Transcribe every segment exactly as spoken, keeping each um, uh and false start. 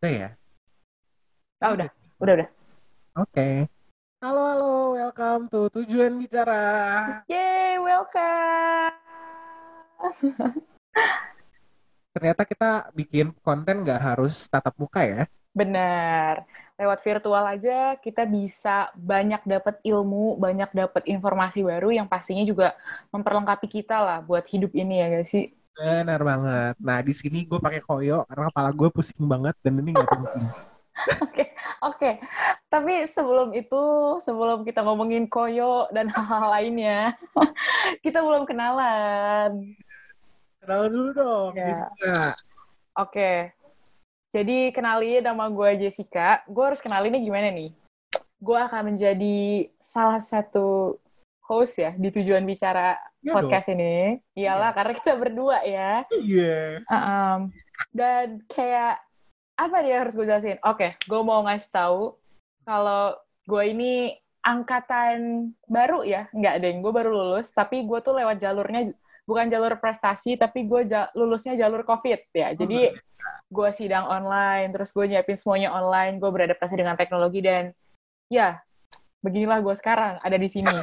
Udah ya? Ah, udah, udah, udah. Oke. Halo, halo. Welcome to Tujuan Bicara. Yeay, welcome. Ternyata kita bikin konten nggak harus tatap muka ya. Benar. Lewat virtual aja kita bisa banyak dapat ilmu, banyak dapat informasi baru yang pastinya juga memperlengkapi kita lah buat hidup ini ya guys sih. Benar banget. Nah, di sini gue pakai koyo karena kepala gue pusing banget dan ini nggak penting. Oke, oke. Tapi sebelum itu, sebelum kita ngomongin koyo dan hal-hal lainnya, kita belum kenalan. Kenalan dulu dong, Ya. Jessica. Oke. Jadi kenalin nama gue Jessica. Gue harus kenalinnya gimana nih? Gue akan menjadi salah satu host ya di Tujuan Bicara Iya dong. podcast ini. Iyalah, Iya. karena kita berdua ya. Iya. Um, dan kayak, apa dia harus gue jelasin? Oke, gue mau ngasih tahu kalau gue ini angkatan baru ya. Nggak, deng. Gue baru lulus, tapi gue tuh lewat jalurnya, bukan jalur prestasi, tapi gue ja- lulusnya jalur COVID ya. Jadi, gue sidang online, terus gue nyiapin semuanya online, gue beradaptasi dengan teknologi, dan ya, beginilah gue sekarang, ada di sini.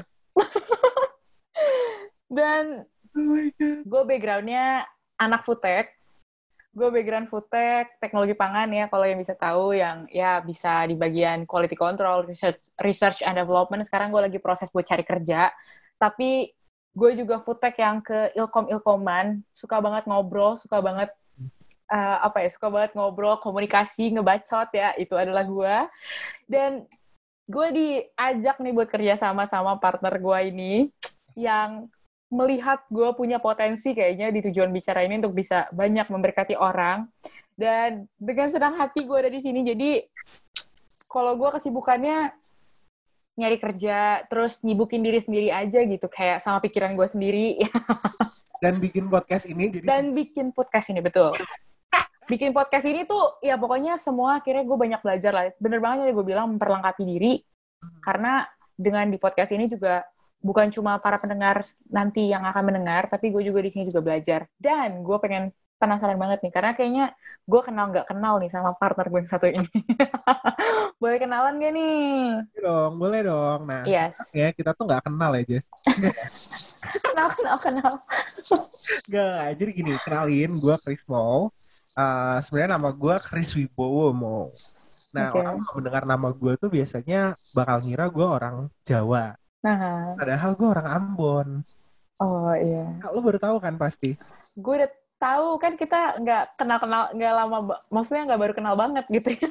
Dan Oh my God. gue background-nya anak foodtech, gue background foodtech, teknologi pangan ya, kalau yang bisa tahu, yang ya bisa di bagian quality control, research, research and development, sekarang gue lagi proses buat cari kerja, tapi gue juga foodtech yang ke ilkom-ilkoman, suka banget ngobrol, suka banget Uh, apa ya, suka banget ngobrol, komunikasi, ngebacot ya, itu adalah gue. Dan gue diajak nih buat kerja sama sama partner gue ini, yang melihat gue punya potensi kayaknya di Tujuan Bicara ini untuk bisa banyak memberkati orang. Dan dengan senang hati gue ada di sini, jadi kalau gue kesibukannya nyari kerja, terus nyibukin diri sendiri aja gitu, kayak sama pikiran gue sendiri. Dan bikin podcast ini jadi Dan bikin podcast ini, betul. Bikin podcast ini tuh, ya pokoknya semua akhirnya gue banyak belajar lah. Bener banget ya gue bilang, memperlengkapi diri. Karena dengan di podcast ini juga bukan cuma para pendengar nanti yang akan mendengar, tapi gue juga di sini juga belajar. Dan gue pengen penasaran banget nih, karena kayaknya gue kenal nggak kenal nih sama partner gue yang satu ini. Boleh kenalan gak nih? Boleh dong, boleh dong. Nah, Yes. sebenarnya kita tuh nggak kenal ya, Jess. Kenal, kenal, kenal. Nggak, jadi gini, kenalin, gue Chris Mo. Uh, sebenarnya nama gue Chris Wibowo Mo. Nah, Oke. orang kalau mendengar nama gue tuh biasanya bakal ngira gue orang Jawa. Nah, Padahal gue orang Ambon. oh iya. Nah, lo baru tahu kan pasti? Gue udah tahu kan, kita nggak kenal-kenal, nggak lama, ba- maksudnya nggak baru kenal banget gitu ya.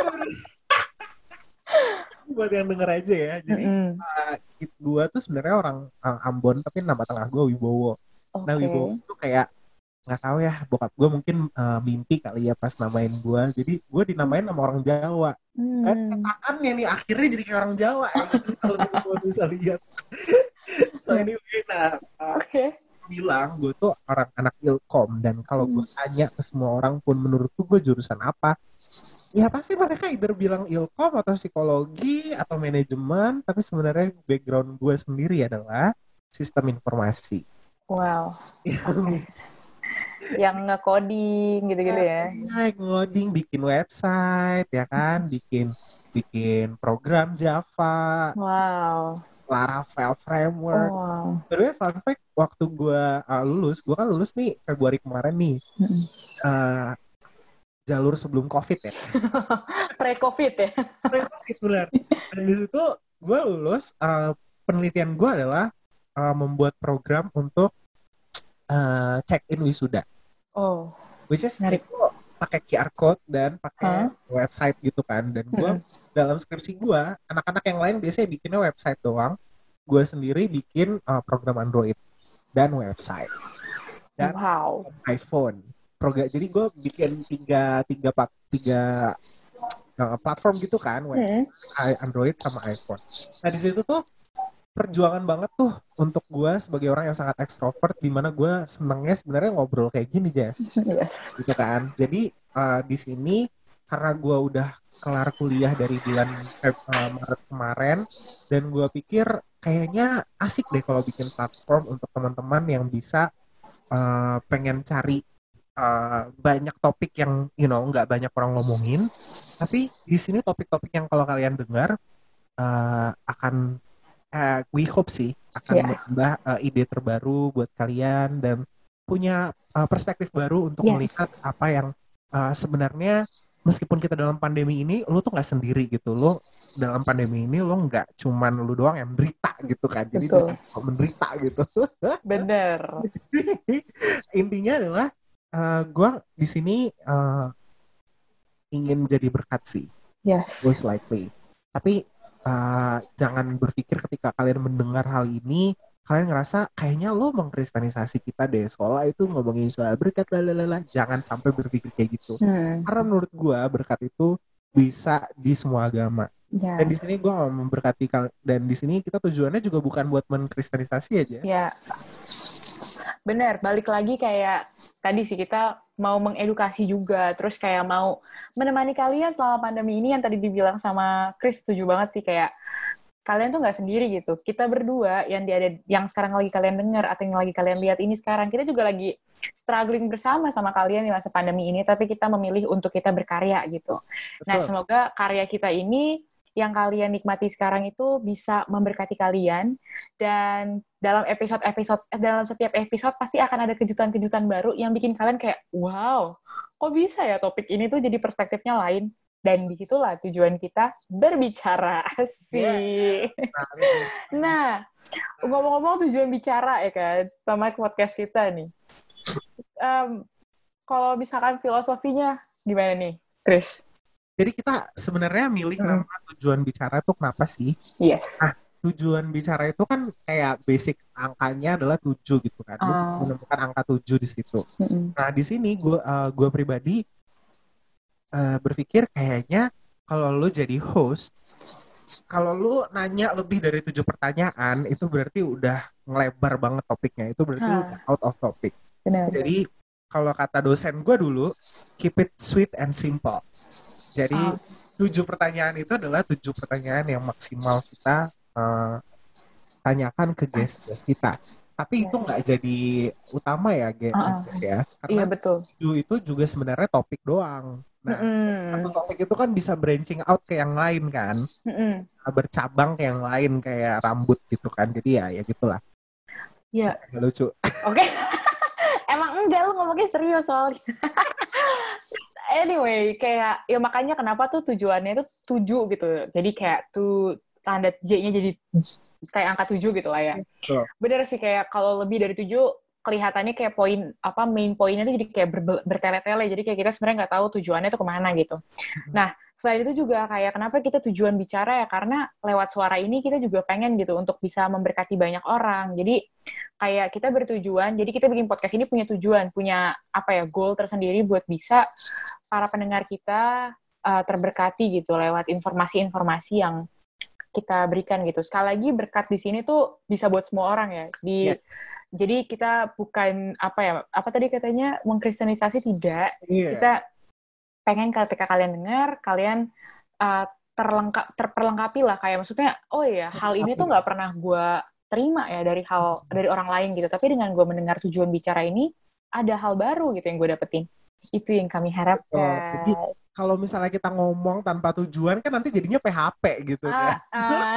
Buat yang denger aja ya. Jadi, Mm-mm. uh, gue tuh sebenarnya orang uh, Ambon, tapi nama tengah gue Wibowo. Nah, Oke. Wibowo tuh kayak nggak tahu ya, bokap gue mungkin uh, mimpi kali ya pas namain gue. Jadi, gue dinamain nama orang Jawa. Kan Hmm. cetakannya nih akhirnya jadi kayak orang Jawa ya. Kalau teman-teman bisa lihat. So anyway, nah, uh, Oke. Okay. bilang gue tuh orang anak ilkom, dan kalau gue Hmm. tanya ke semua orang pun menurutku gue jurusan apa, ya pasti mereka either bilang ilkom atau psikologi atau manajemen, tapi sebenarnya background gue sendiri adalah sistem informasi. Wow. Okay. Yang nge-coding gitu-gitu ya. Naik ngoding, bikin website ya kan, bikin bikin program Java, Wow. Laravel framework. Oh. Terus fun fact, waktu gue uh, lulus, gue kan lulus nih Februari kemarin nih. Mm-mm. Uh, jalur sebelum COVID ya. Pre-COVID ya. Pre-COVID benar. Dan di situ gue lulus, uh, penelitian gue adalah uh, membuat program untuk uh, check-in wisuda. Oh. Which is Menarik. itu pakai Q R code dan pakai Huh? website gitu kan. Dan gue Mm-mm. dalam skripsi gue, anak-anak yang lain biasanya bikinnya website doang. Gue sendiri bikin uh, program Android dan website. Dan Wow. iPhone. Program, jadi gue bikin tiga tiga plat, tiga uh, platform gitu kan, website, Mm-hmm. Android sama iPhone. Nah di situ tuh perjuangan banget tuh untuk gue sebagai orang yang sangat ekstrovert, di mana gue senengnya sebenarnya ngobrol kayak gini Jess, Yes. gitu kan. Jadi uh, di sini karena gue udah kelar kuliah dari bulan uh, Maret kemarin, dan gue pikir kayaknya asik deh kalau bikin platform untuk teman-teman yang bisa uh, pengen cari uh, banyak topik yang you know nggak banyak orang ngomongin, tapi di sini topik-topik yang kalau kalian dengar uh, akan uh, we hope sih akan Yeah. menambah uh, ide terbaru buat kalian dan punya uh, perspektif baru untuk Yes. melihat apa yang uh, sebenarnya meskipun kita dalam pandemi ini, lo tuh nggak sendiri gitu. Lo dalam pandemi ini lo nggak cuman lo doang yang menderita gitu kan. Jadi Betul. jangan kok menderita gitu. Bener. Intinya adalah uh, gue di sini uh, ingin jadi berkat sih. Yes. Most likely. Tapi uh, jangan berpikir ketika kalian mendengar hal ini kalian ngerasa kayaknya lo mengkristenisasi kita deh, soalnya itu ngomongin soal berkat lalala. Jangan sampai berpikir kayak gitu. Hmm. Karena menurut gue berkat itu bisa di semua agama. Yes. Dan di sini gue mau memberkati kal- dan di sini kita tujuannya juga bukan buat mengkristenisasi aja. Ya. Bener, balik lagi kayak tadi sih kita mau mengedukasi juga, terus kayak mau menemani kalian selama pandemi ini yang tadi dibilang sama Chris, setuju banget sih kayak kalian tuh nggak sendiri gitu. Kita berdua yang di ada yang sekarang lagi kalian dengar atau yang lagi kalian lihat ini sekarang, kita juga lagi struggling bersama sama kalian di masa pandemi ini, tapi kita memilih untuk kita berkarya gitu. Betul. Nah, semoga karya kita ini yang kalian nikmati sekarang itu bisa memberkati kalian, dan dalam episode-episode dalam setiap episode pasti akan ada kejutan-kejutan baru yang bikin kalian kayak wow, kok bisa ya topik ini tuh jadi perspektifnya lain. Dan disitulah tujuan kita berbicara sih. Yeah. Nah, ngomong-ngomong tujuan bicara ya kan, sama podcast kita nih. Um, kalau misalkan filosofinya gimana nih, Chris? Jadi kita sebenarnya milih Hmm. nama tujuan bicara itu kenapa sih? Yes. Nah, tujuan bicara itu kan kayak basic angkanya adalah tujuh gitu kan. Lu Oh. menemukan angka tujuh di situ. Mm-mm. Nah, di sini gue uh, gue pribadi uh, berpikir kayaknya kalau lu jadi host, kalau lu nanya lebih dari tujuh pertanyaan, itu berarti udah ngelebar banget topiknya. Itu berarti Hah. udah out of topic. Benar. Jadi kalau kata dosen gue dulu, keep it sweet and simple. Jadi Oh. tujuh pertanyaan itu adalah tujuh pertanyaan yang maksimal kita uh, tanyakan ke guest-guest kita. Tapi itu Yes. nggak jadi utama ya, guys Uh-uh. ya. Iya, Karena betul. tujuh itu juga sebenarnya topik doang. Nah, Mm-mm. satu topik itu kan bisa branching out ke yang lain kan, Mm-mm. bercabang ke yang lain kayak rambut gitu kan. Jadi ya, ya gitulah. Iya. Nggak lucu. Oke. Emang enggak, lu ngomongnya serius soalnya. Anyway, kayak ya makanya kenapa tuh tujuannya itu tujuh gitu. Jadi kayak tuh tanda J-nya jadi kayak angka tujuh gitu lah ya. Betul. Bener sih, kayak kalau lebih dari tujuh kelihatannya kayak poin apa main poinnya tuh jadi kayak ber- bertele-tele. Jadi kayak kita sebenarnya nggak tahu tujuannya tuh kemana gitu. Nah, selain itu juga kayak kenapa kita tujuan bicara ya, karena lewat suara ini kita juga pengen gitu untuk bisa memberkati banyak orang. Jadi kayak kita bertujuan, jadi kita bikin podcast ini punya tujuan, punya apa ya, goal tersendiri buat bisa para pendengar kita uh, terberkati gitu lewat informasi-informasi yang kita berikan gitu. Sekali lagi berkat di sini tuh bisa buat semua orang ya. Di Yes. Jadi kita bukan apa ya, apa tadi katanya mengkristenisasi, tidak. Iya. Kita pengen ketika kalian dengar, kalian uh, terlengkap, terperlengkapi lah, kayak maksudnya, oh ya, hal ini tuh nggak pernah gue terima ya dari hal dari orang lain gitu. Tapi dengan gue mendengar tujuan bicara ini, ada hal baru gitu yang gue dapetin. Itu yang kami harapkan. Jadi kalau misalnya kita ngomong tanpa tujuan kan nanti jadinya P H P gitu kan. Ah, ah.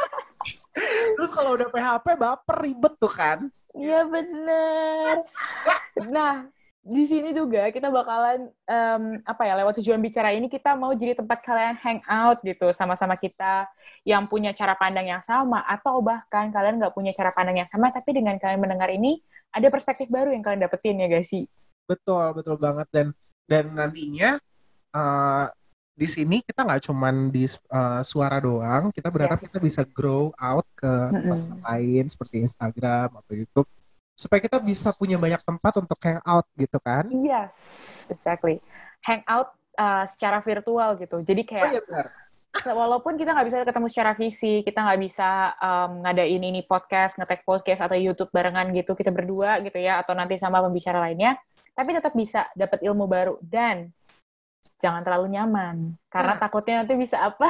Terus kalau udah P H P baper ribet tuh kan. Iya bener. Nah, di sini juga kita bakalan um, apa ya, lewat tujuan bicara ini kita mau jadi tempat kalian hangout gitu sama-sama kita yang punya cara pandang yang sama, atau bahkan kalian nggak punya cara pandang yang sama, tapi dengan kalian mendengar ini ada perspektif baru yang kalian dapetin ya guys sih. Betul, betul banget. Dan dan nantinya uh, di sini kita nggak cuman di uh, suara doang, kita berharap Yes. kita bisa grow out ke tempat lain seperti Instagram atau YouTube supaya kita bisa punya banyak tempat untuk hangout gitu kan. Yes, exactly. Hangout uh, secara virtual gitu. Jadi Oh kayak iya benar. walaupun kita nggak bisa ketemu secara fisik, kita nggak bisa um, ngadain ini podcast, nge-tag podcast atau YouTube barengan gitu, kita berdua gitu ya, atau nanti sama pembicara lainnya, tapi tetap bisa dapat ilmu baru. Dan jangan terlalu nyaman, karena takutnya nanti bisa apa?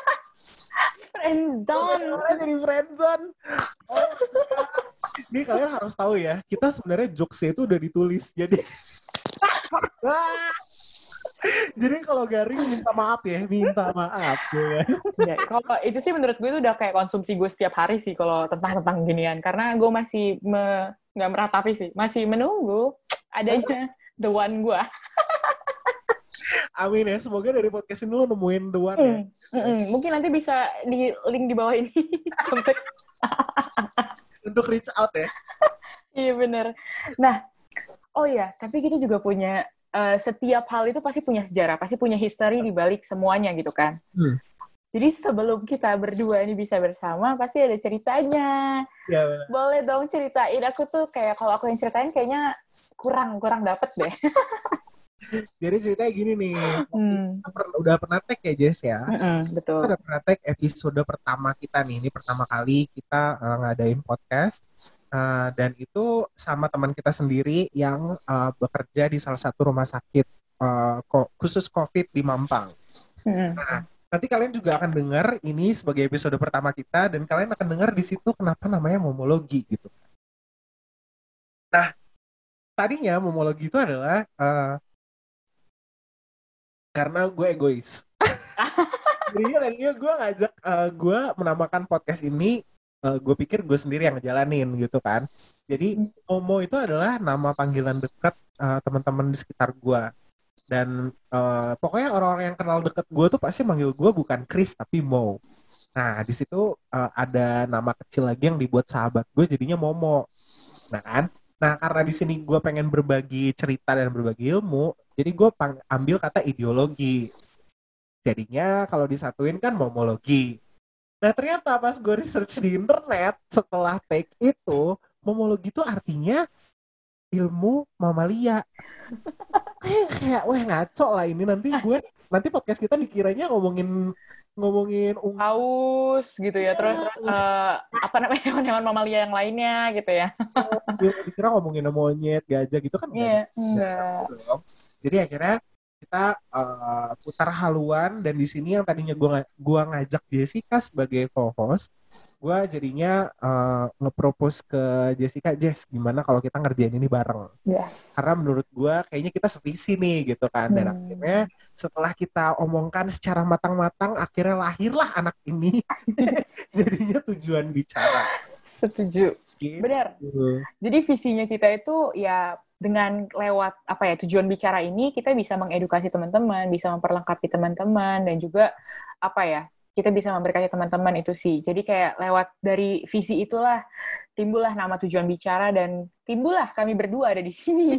Friendzone. Orang jadi friendzone. Oh, ini kalian harus tahu ya, kita sebenarnya jokesnya itu udah ditulis. Jadi Wah, jadi kalau garing minta maaf ya, minta maaf ya. Ya, kalau itu sih menurut gue itu udah kayak konsumsi gue setiap hari sih kalau tentang tentang ginian, karena gue masih me, nggak meratapi sih, masih menunggu adanya the one gue. Amin ya, semoga dari podcast ini lo nemuin the one ya. Mm, mm, mm. Mungkin nanti bisa di link di bawah ini konteks. Untuk reach out ya. Iya bener. Nah, oh ya, tapi kita juga punya uh, setiap hal itu pasti punya sejarah, pasti punya history di balik semuanya gitu kan. Hmm. Jadi sebelum kita berdua ini bisa bersama, pasti ada ceritanya. Ya, benar. Boleh dong ceritain. Aku tuh kayak kalau aku yang ceritain kayaknya kurang kurang dapet deh. Jadi ceritanya gini nih, Hmm. per- udah pernah tag ya Jess ya. Mm-mm, betul. Kita udah pernah tag episode pertama kita nih, ini pertama kali kita uh, ngadain podcast. Uh, dan itu sama teman kita sendiri yang uh, bekerja di salah satu rumah sakit uh, ko- khusus COVID di Mampang. Mm-mm. Nah, nanti kalian juga akan dengar ini sebagai episode pertama kita dan kalian akan dengar di situ kenapa namanya momologi gitu. Nah, tadinya momologi itu adalah uh, karena gue egois. Jadi tadinya gue ngajak uh, gue menamakan podcast ini, uh, gue pikir gue sendiri yang ngejalanin gitu kan. Jadi Momo itu adalah nama panggilan dekat uh, teman-teman di sekitar gue. Dan uh, pokoknya orang-orang yang kenal deket gue tuh pasti manggil gue bukan Chris tapi Mo. Nah di situ uh, ada nama kecil lagi yang dibuat sahabat gue jadinya Momo. Nah kan, nah karena di sini gue pengen berbagi cerita dan berbagi ilmu, jadi gue pang- ambil kata ideologi. Jadinya kalau disatuin kan momologi. Nah ternyata pas gue research di internet setelah take itu, momologi itu artinya ilmu mamalia. Kayak kayak wah ngaco lah ini, nanti gue nanti podcast kita dikiranya ngomongin ngomongin ung- Paus gitu ya, terus uh, apa namanya hewan-hewan mamalia yang lainnya gitu ya. dikira ngomongin monyet, gajah gitu kan Iya, enggak. enggak. Jadi akhirnya kita uh, putar haluan dan di sini yang tadinya gua gua ngajak Jessica sebagai co-host, gua jadinya uh, nge-propose ke Jessica, Jess, gimana kalau kita ngerjain ini bareng? Yes. Karena menurut gua kayaknya kita sevisi nih gitu kan. Dan Hmm. akhirnya setelah kita omongkan secara matang-matang, akhirnya lahirlah anak ini. Jadinya tujuan bicara. Setuju. Gitu. Benar. Jadi visinya kita itu ya dengan lewat apa ya tujuan bicara ini kita bisa mengedukasi teman-teman, bisa memperlengkapi teman-teman dan juga apa ya kita bisa memberkati teman-teman itu sih. Jadi kayak lewat dari visi itulah timbullah nama tujuan bicara dan timbullah kami berdua ada di sini.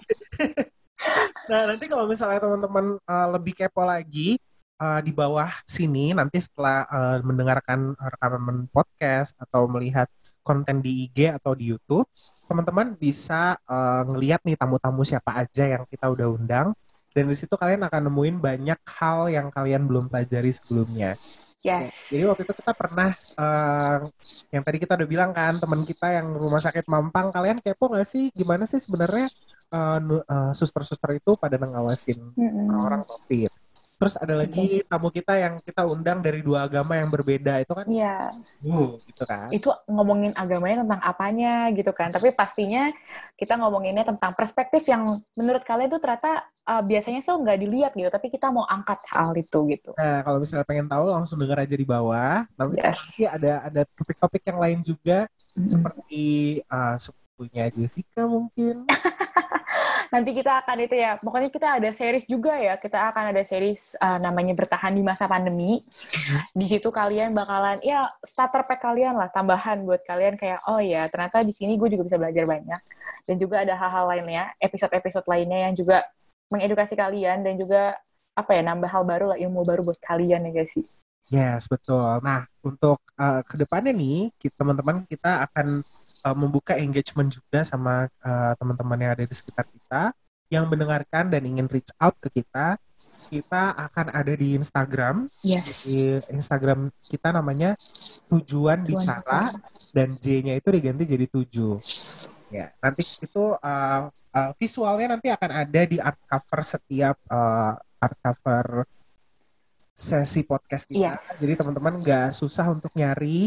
Nah nanti kalau misalnya teman-teman uh, lebih kepo lagi uh, di bawah sini nanti setelah uh, mendengarkan rekaman podcast atau melihat konten di I G atau di YouTube, teman-teman bisa uh, ngelihat nih tamu-tamu siapa aja yang kita udah undang, dan di situ kalian akan nemuin banyak hal yang kalian belum pelajari sebelumnya. Yes. Jadi waktu itu kita pernah uh, yang tadi kita udah bilang kan, teman kita yang rumah sakit Mampang, kalian kepo nggak sih gimana sih sebenarnya uh, uh, suster-suster itu pada ngawasin Mm-mm. orang-orang COVID. Terus ada lagi tamu kita yang kita undang dari dua agama yang berbeda itu kan. Iya. Uh, gitu kan. Itu ngomongin agamanya tentang apanya gitu kan. Tapi pastinya kita ngomonginnya tentang perspektif yang menurut kalian tuh ternyata uh, biasanya tuh nggak dilihat gitu. Tapi kita mau angkat hal itu gitu. Nah, kalau misalnya pengen tahu langsung dengar aja di bawah. Nanti, Yes. nanti ada ada topik-topik yang lain juga Mm-hmm. seperti uh, sepupunya Jessica mungkin. Nanti kita akan itu ya, pokoknya kita ada series juga ya, kita akan ada series uh, namanya Bertahan di Masa Pandemi. Di situ kalian bakalan, ya starter pack kalian lah, tambahan buat kalian kayak, oh ya ternyata di sini gue juga bisa belajar banyak. Dan juga ada hal-hal lainnya, episode-episode lainnya yang juga mengedukasi kalian dan juga apa ya, nambah hal baru lah, ilmu baru buat kalian ya guys sih. Yes, betul. Nah, untuk uh, kedepannya nih, kita, teman-teman kita akan uh, membuka engagement juga sama uh, teman-teman yang ada di sekitar kita yang mendengarkan dan ingin reach out ke kita. Kita akan ada di Instagram. Yes. Di Instagram kita namanya Tujuan Bicara dan J-nya itu diganti jadi tujuh. Ya, nanti itu uh, uh, visualnya nanti akan ada di art cover setiap uh, art cover sesi podcast kita. Yes. Jadi teman-teman nggak susah untuk nyari.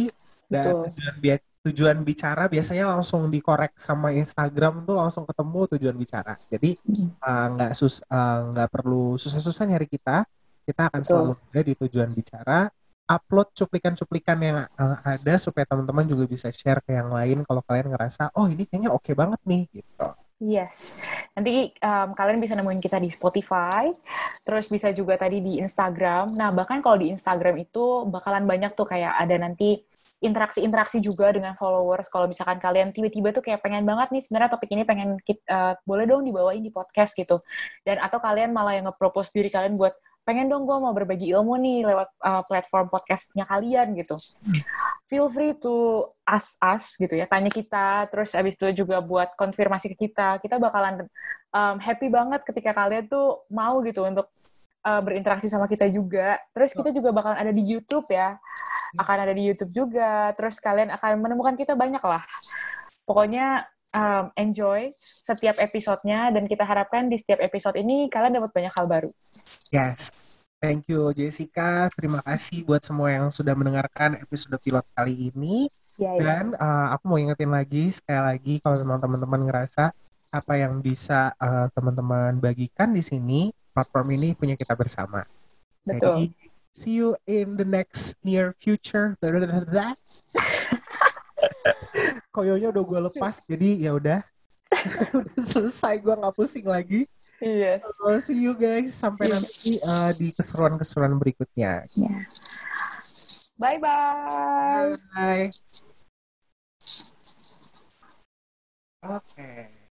Dan Betul. tujuan bi- tujuan bicara biasanya langsung dikorek sama Instagram tuh langsung ketemu tujuan bicara. Jadi Hmm. uh, nggak sus uh, nggak perlu susah-susah nyari kita. Kita akan Betul. selalu ada di tujuan bicara. Upload cuplikan-cuplikan yang uh, ada supaya teman-teman juga bisa share ke yang lain kalau kalian ngerasa oh ini kayaknya oke banget nih gitu. Yes. Nanti um, kalian bisa nemuin kita di Spotify, terus bisa juga tadi di Instagram. Nah, bahkan kalau di Instagram itu bakalan banyak tuh kayak ada nanti interaksi-interaksi juga dengan followers. Kalau misalkan kalian tiba-tiba tuh kayak pengen banget nih sebenarnya topik ini pengen kita, uh, boleh dong dibawain di podcast gitu. Dan atau kalian malah yang nge-propose diri kalian buat pengen dong gue mau berbagi ilmu nih lewat uh, platform podcastnya kalian gitu. Feel free to ask us gitu ya, tanya kita, terus abis itu juga buat konfirmasi ke kita. Kita bakalan um, happy banget ketika kalian tuh mau gitu untuk uh, berinteraksi sama kita juga. Terus kita juga bakalan ada di YouTube ya, akan ada di YouTube juga. Terus kalian akan menemukan kita banyak lah. Pokoknya um, enjoy setiap episodenya dan kita harapkan di setiap episode ini kalian dapat banyak hal baru. Yes. Thank you Jessica, terima kasih buat semua yang sudah mendengarkan episode pilot kali ini. Ya, ya. Dan uh, aku mau ingetin lagi, sekali lagi kalau memang teman-teman ngerasa apa yang bisa uh, teman-teman bagikan di sini, platform ini punya kita bersama. Betul. Jadi, see you in the next near future. Koyonya udah gue lepas, jadi ya udah. Udah selesai, gue nggak pusing lagi. Yes. So, see you guys sampai See you. nanti uh, di keseruan-keseruan berikutnya. Yeah. Bye bye. Bye. Oke. Okay.